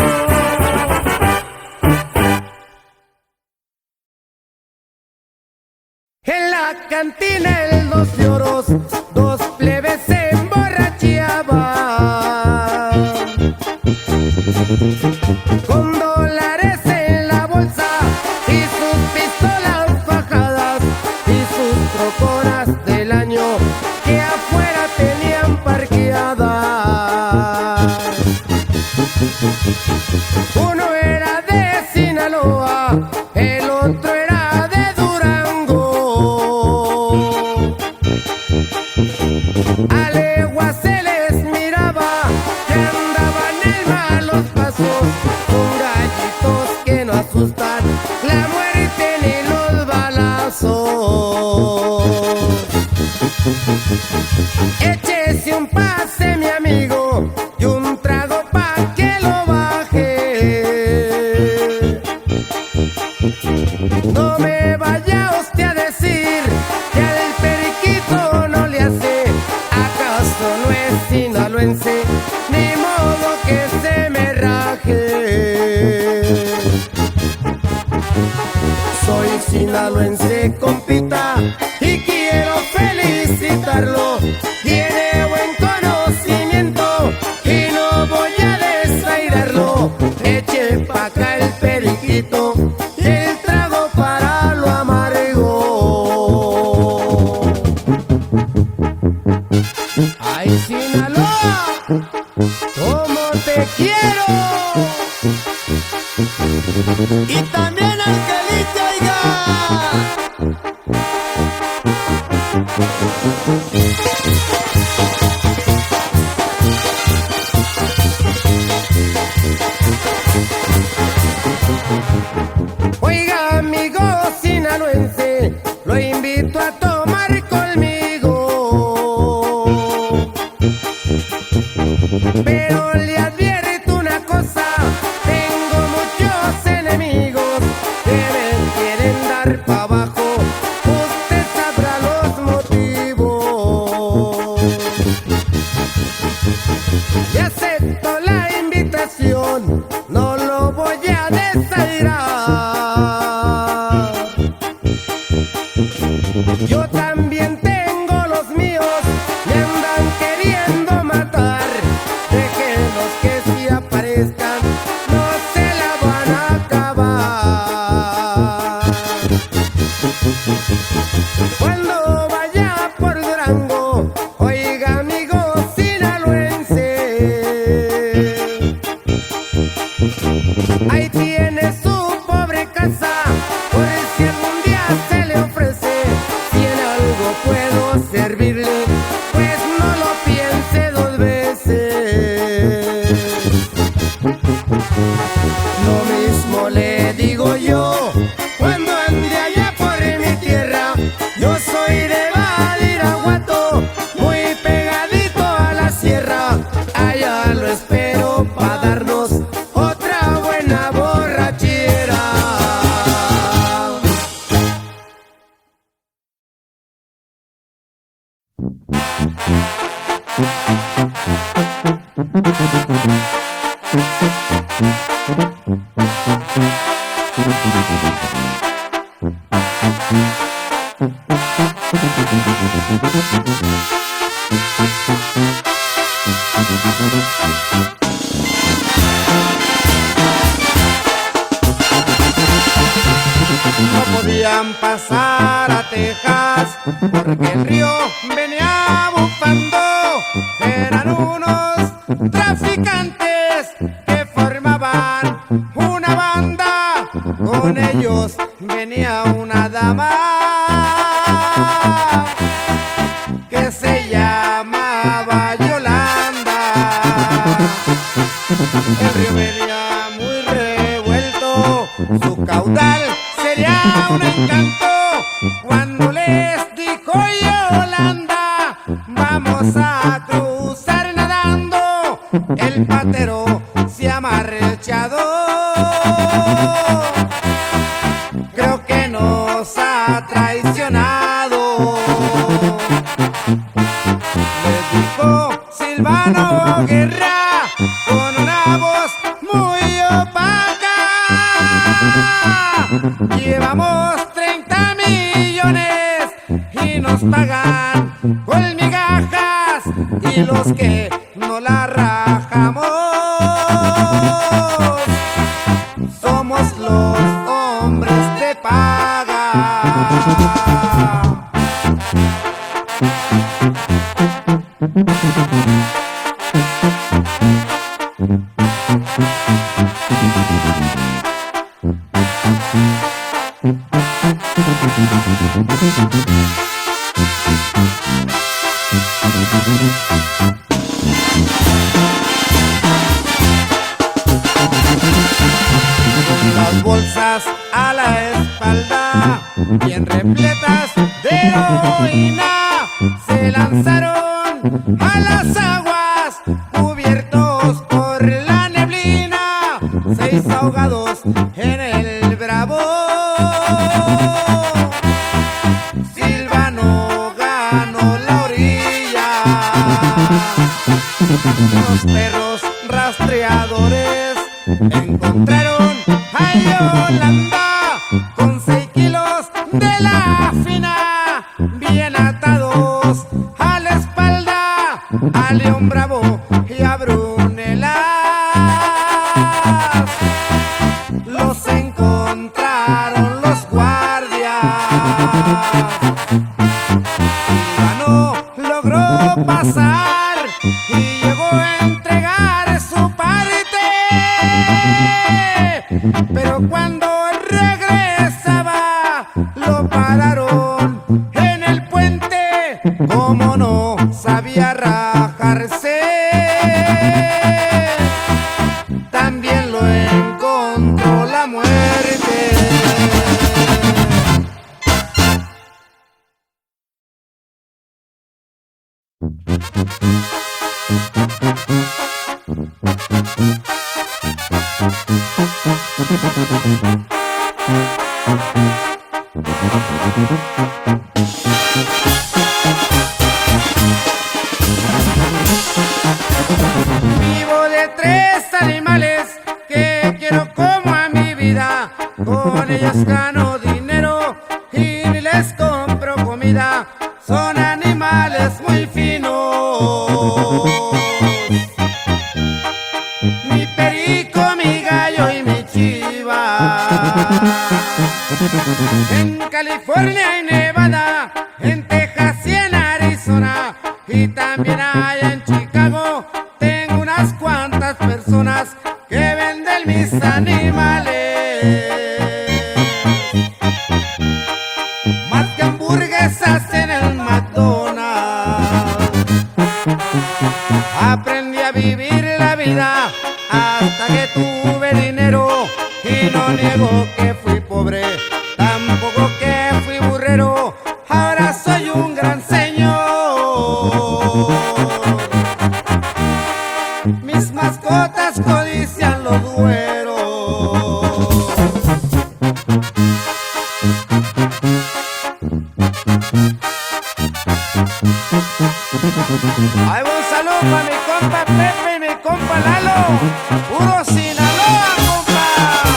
En la cantina el dos de oros, dos plebes se emborracheaban. A legua se les miraba que andaban en malos pasos, con gallitos que no asustan la muerte ni los balazos. Échese un pase, mi amigo, y un trago pa' que lo baje. No me vaya usted a decir que al periquito no le hace. ¿Acaso no es sinaloense? Ni modo que se me raje. Soy sinaloense, compita, y quiero felicitarlo. Tiene buen conocimiento y no voy a desairarlo. Eche pa' acá el periquito y el trago para lo amargo. ¡Ay, Sinaloa! ¡Cómo te quiero! Y también Angelito, oiga. Oiga, amigo sinaloense, lo invito a tomar conmigo. Pero le advierto una cosa, tengo muchos enemigos que me quieren dar pa' abajo. Usted sabrá los motivos. Y acepto la invitación, no lo voy a desairar. Yo también tengo los míos, me andan queriendo matar. Déjenlos que si aparezcan, no se la van a acabar. Cuando vaya por Durango, oiga, amigo sinaloense, ahí tiene su pobre casa, por si algún día se le ofrece. Si en algo puedo servirle, pues no lo piense dos veces. Lo mismo le digo yo cuando ande allá por mi tierra. Yo soy de Badiraguato, muy pegadito a la sierra. Allá lo espero pa' darnos otra buena borrachera. No podían pasar a Texas porque el río venía bufando. Eran unos traficantes que formaban una banda. Con ellos venía una dama que se llamaba Yolanda. El río venía muy revuelto, su caudal sería un encanto. Cuando les dijo Yolanda, vamos a cruzar nadando, el patero se amarra el chador. Creo que nos ha traicionado, les dijo Silvano Guerra con una voz muy opaca. Llevamos treinta millones y nos pagan con migajas, y los que no la rajamos somos los hombres de paga. Las bolsas a la espalda, bien repletas de heroína, se lanzaron a las aguas, cubiertos por la neblina, seis ahogados en el Bravo. Silvano ganó la orilla. Los perros rastreadores encontraron a Yolanda con seis kilos de la fina, bien atados a la espalda, a León Bravo y a Brunelas. Los encontraron los guardias. Silvano logró pasar y llegó a entregar su parte. Pero cuando regresaba lo pararon en el puente, como no sabía rajarse. También lo encontró la muerte. Vivo de tres animales que quiero como a mi vida, con ellos gano dinero y ni les compro comida. Son animales muy finos, mi perico, mi gallo y mi chiva. En California y Nevada, en Texas y en Arizona, y también allá en Chicago, tengo unas cuantas personas que venden mis animales. Más que hamburguesas en el McDonald's. Aprendí a vivir la vida hasta que tuve dinero, y no niego que fui pobre, tampoco que fui burrero. Ahora soy un gran señor. Mis mascotas codician los dueros. Hay un saludo para mi compa Pepe y mi compa Lalo, puro Sinaloa, compa.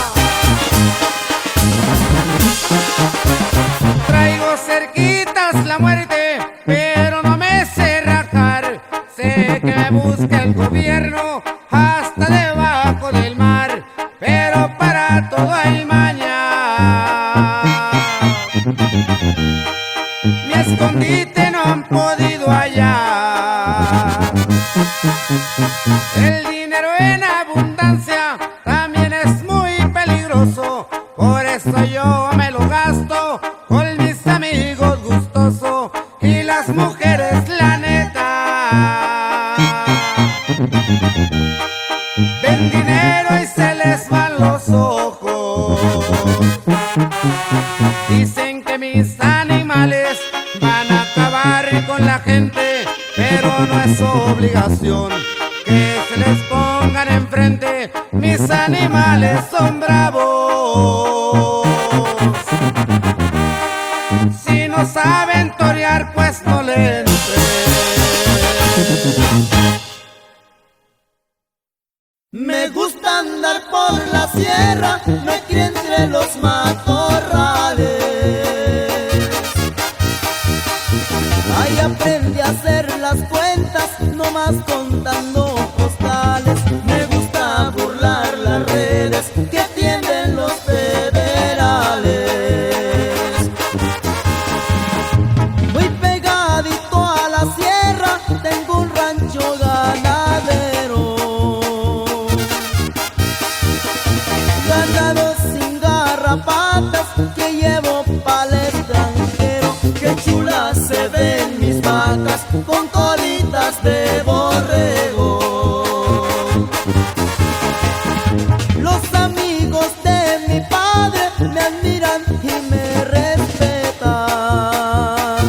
Traigo cerquitas la muerte, pero no me sé rajar. Sé que me busca el gobierno hasta debajo del mar, pero para todo hay maña. Mi escondite no han podido hallar. El dinero en abundancia también es muy peligroso, por eso yo me lo gasto con mis amigos gustoso y las mujeres la neta. Ven dinero y se les van los ojos. Dicen que mis animales van a acabar con la gente, pero no es obligación que se les pongan enfrente. Mis animales son bravos. Si no saben torear, pues no le entren. Me gusta andar por la sierra, me crié entre los matorrales. Ahí aprendí a hacer las cuentas, nomás contando postales. Me gusta burlar las redes que tienden los federales. Muy pegadito a la sierra, tengo un rancho ganadero. Ganado sin garrapata. orejas de borrego. Los amigos de mi padre me admiran y me respetan.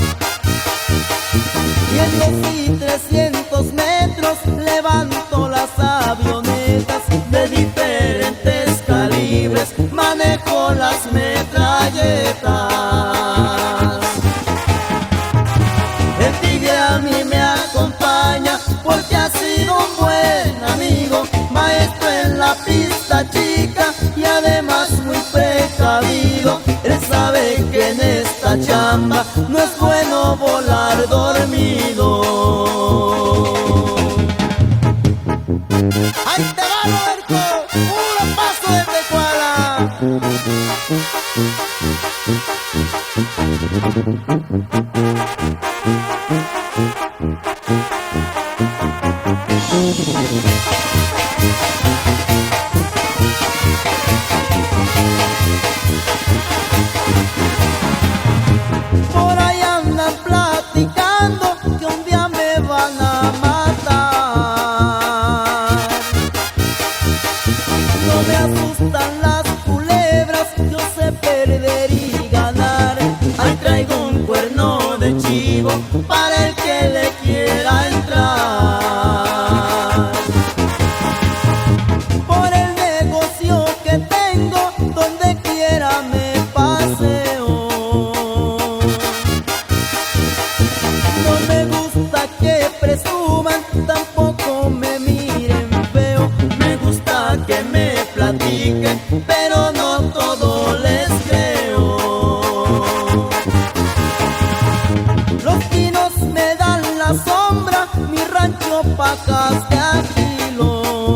Y en dos y trescientos metros levanto las avionetas de diferentes calibres, manejo las metralletas. El tigre a mí me acompaña porque ha sido un buen amigo, maestro en la pista chica y además muy precavido. Él sabe que en esta chamba no es bueno volar dormido. ¡Ahí te va, Roberto! ¡Puro paso de Tecuala! Por ahí andan platicando que un día me van a matar. No me asustan las culebras, yo sé perder y ganar. Ahí traigo un cuerno de chivo para el que le quiera entrar. Por el negocio que tengo, donde quiera me paseo. No me gusta que presuman, tampoco me miren feo. Me gusta que me platiquen, pero no todo les creo. Los pinos me dan la sombra, mi rancho pacas de Aquilo.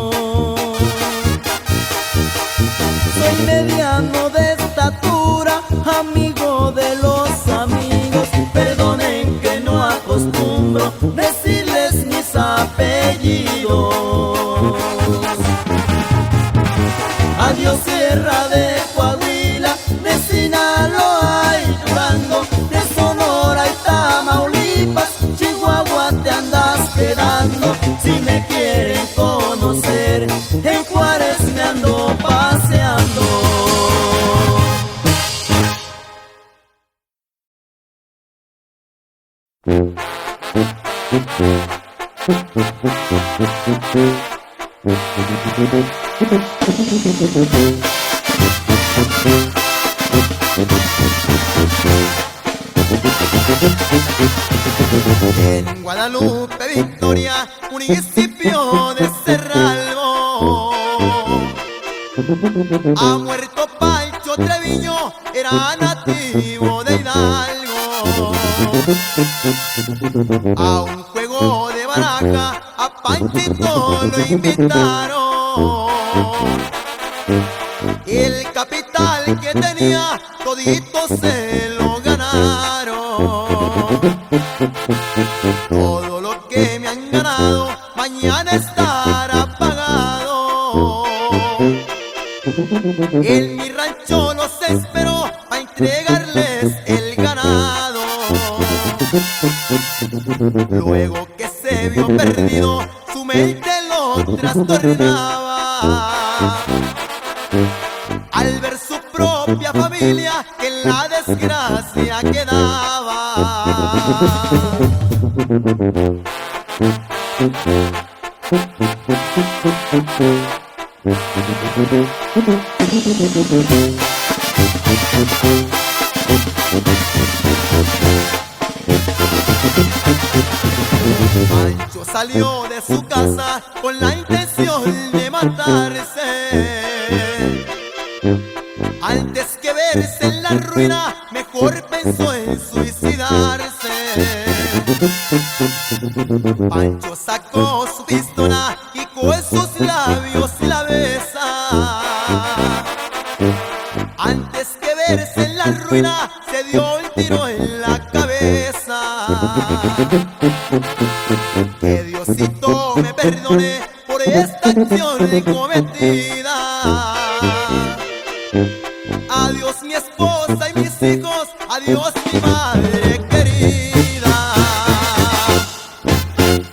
Soy mediano de estatura, amigo de los amigos. Perdonen que no acostumbro decirles mis apellidos. Adiós Sierra de Coahuila, de Sinaloa y Durango, de Sonora y Tamaulipas, Chihuahua te andas quedando. Si me quieren conocer, en Juárez me ando paseando. En Guadalupe, Victoria, municipio de Cerralbo, ha muerto Pancho Treviño, era nativo de Hidalgo. A un juego de baraja a Panchito lo invitaron. El capital que tenía todito se lo ganaron. Todo lo que me han ganado mañana estará pagado. En mi rancho los espero a entregarles el ganado. Luego que se vio perdido, su mente lo trastornaba. Al ver su propia familia que en la desgracia quedaba. Pancho salió de su casa con la intención de matarse. Antes que verse en la ruina, mejor pensó en suicidarse. Pancho sacó su pistola y con sus labios la besa. Antes que verse en la ruina, se dio un tiro en la cabeza. Que Diosito me perdone por esta acción cometida. Adiós mi esposa y mis hijos, adiós mi madre querida.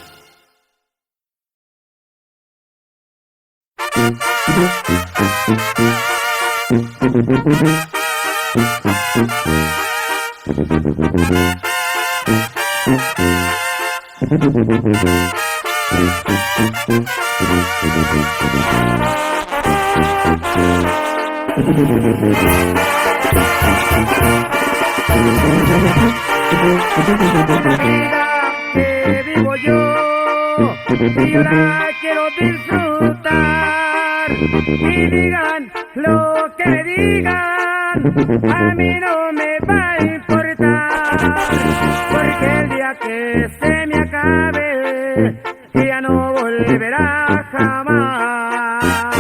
que vivo yo y yo la quiero disfrutar, y digan lo que me digan, a mí no me va a importar, porque el día que se me acabe ya no volverá jamás.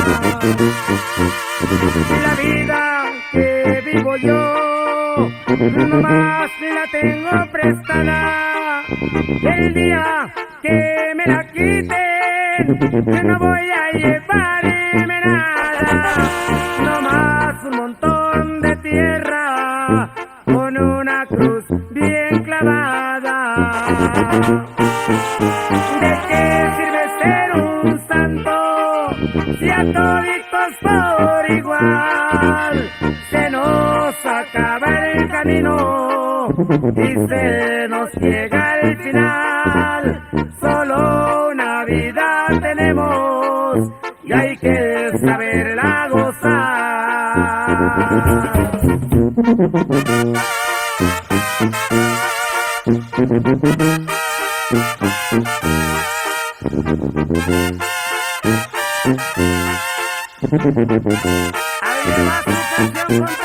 La vida que vivo yo nomás la tengo prestada, el día que me la quiten yo no voy a llevarme nada, nomás un montón de tierra con una cruz bien clavada. ¿De qué sirve ser un santo si a toditos por igual se nos acaba el camino y se nos llega el final? Solo una vida tenemos y hay que saberla gozar. Arriba su canción, compa,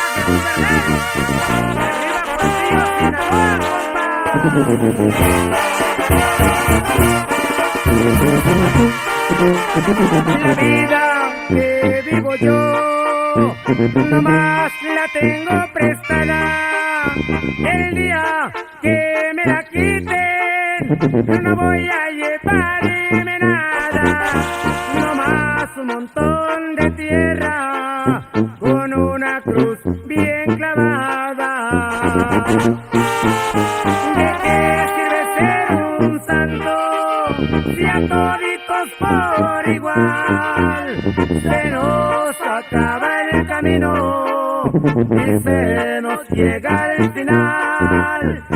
la vida que vivo yo nomás la tengo prestada, el día que me la quiten yo no voy a llevarme nada, nomás un montón de tierra con una cruz bien clavada. ¿De qué sirve ser un santo si a toditos por igual se nos acaba el camino y se nos llega el final?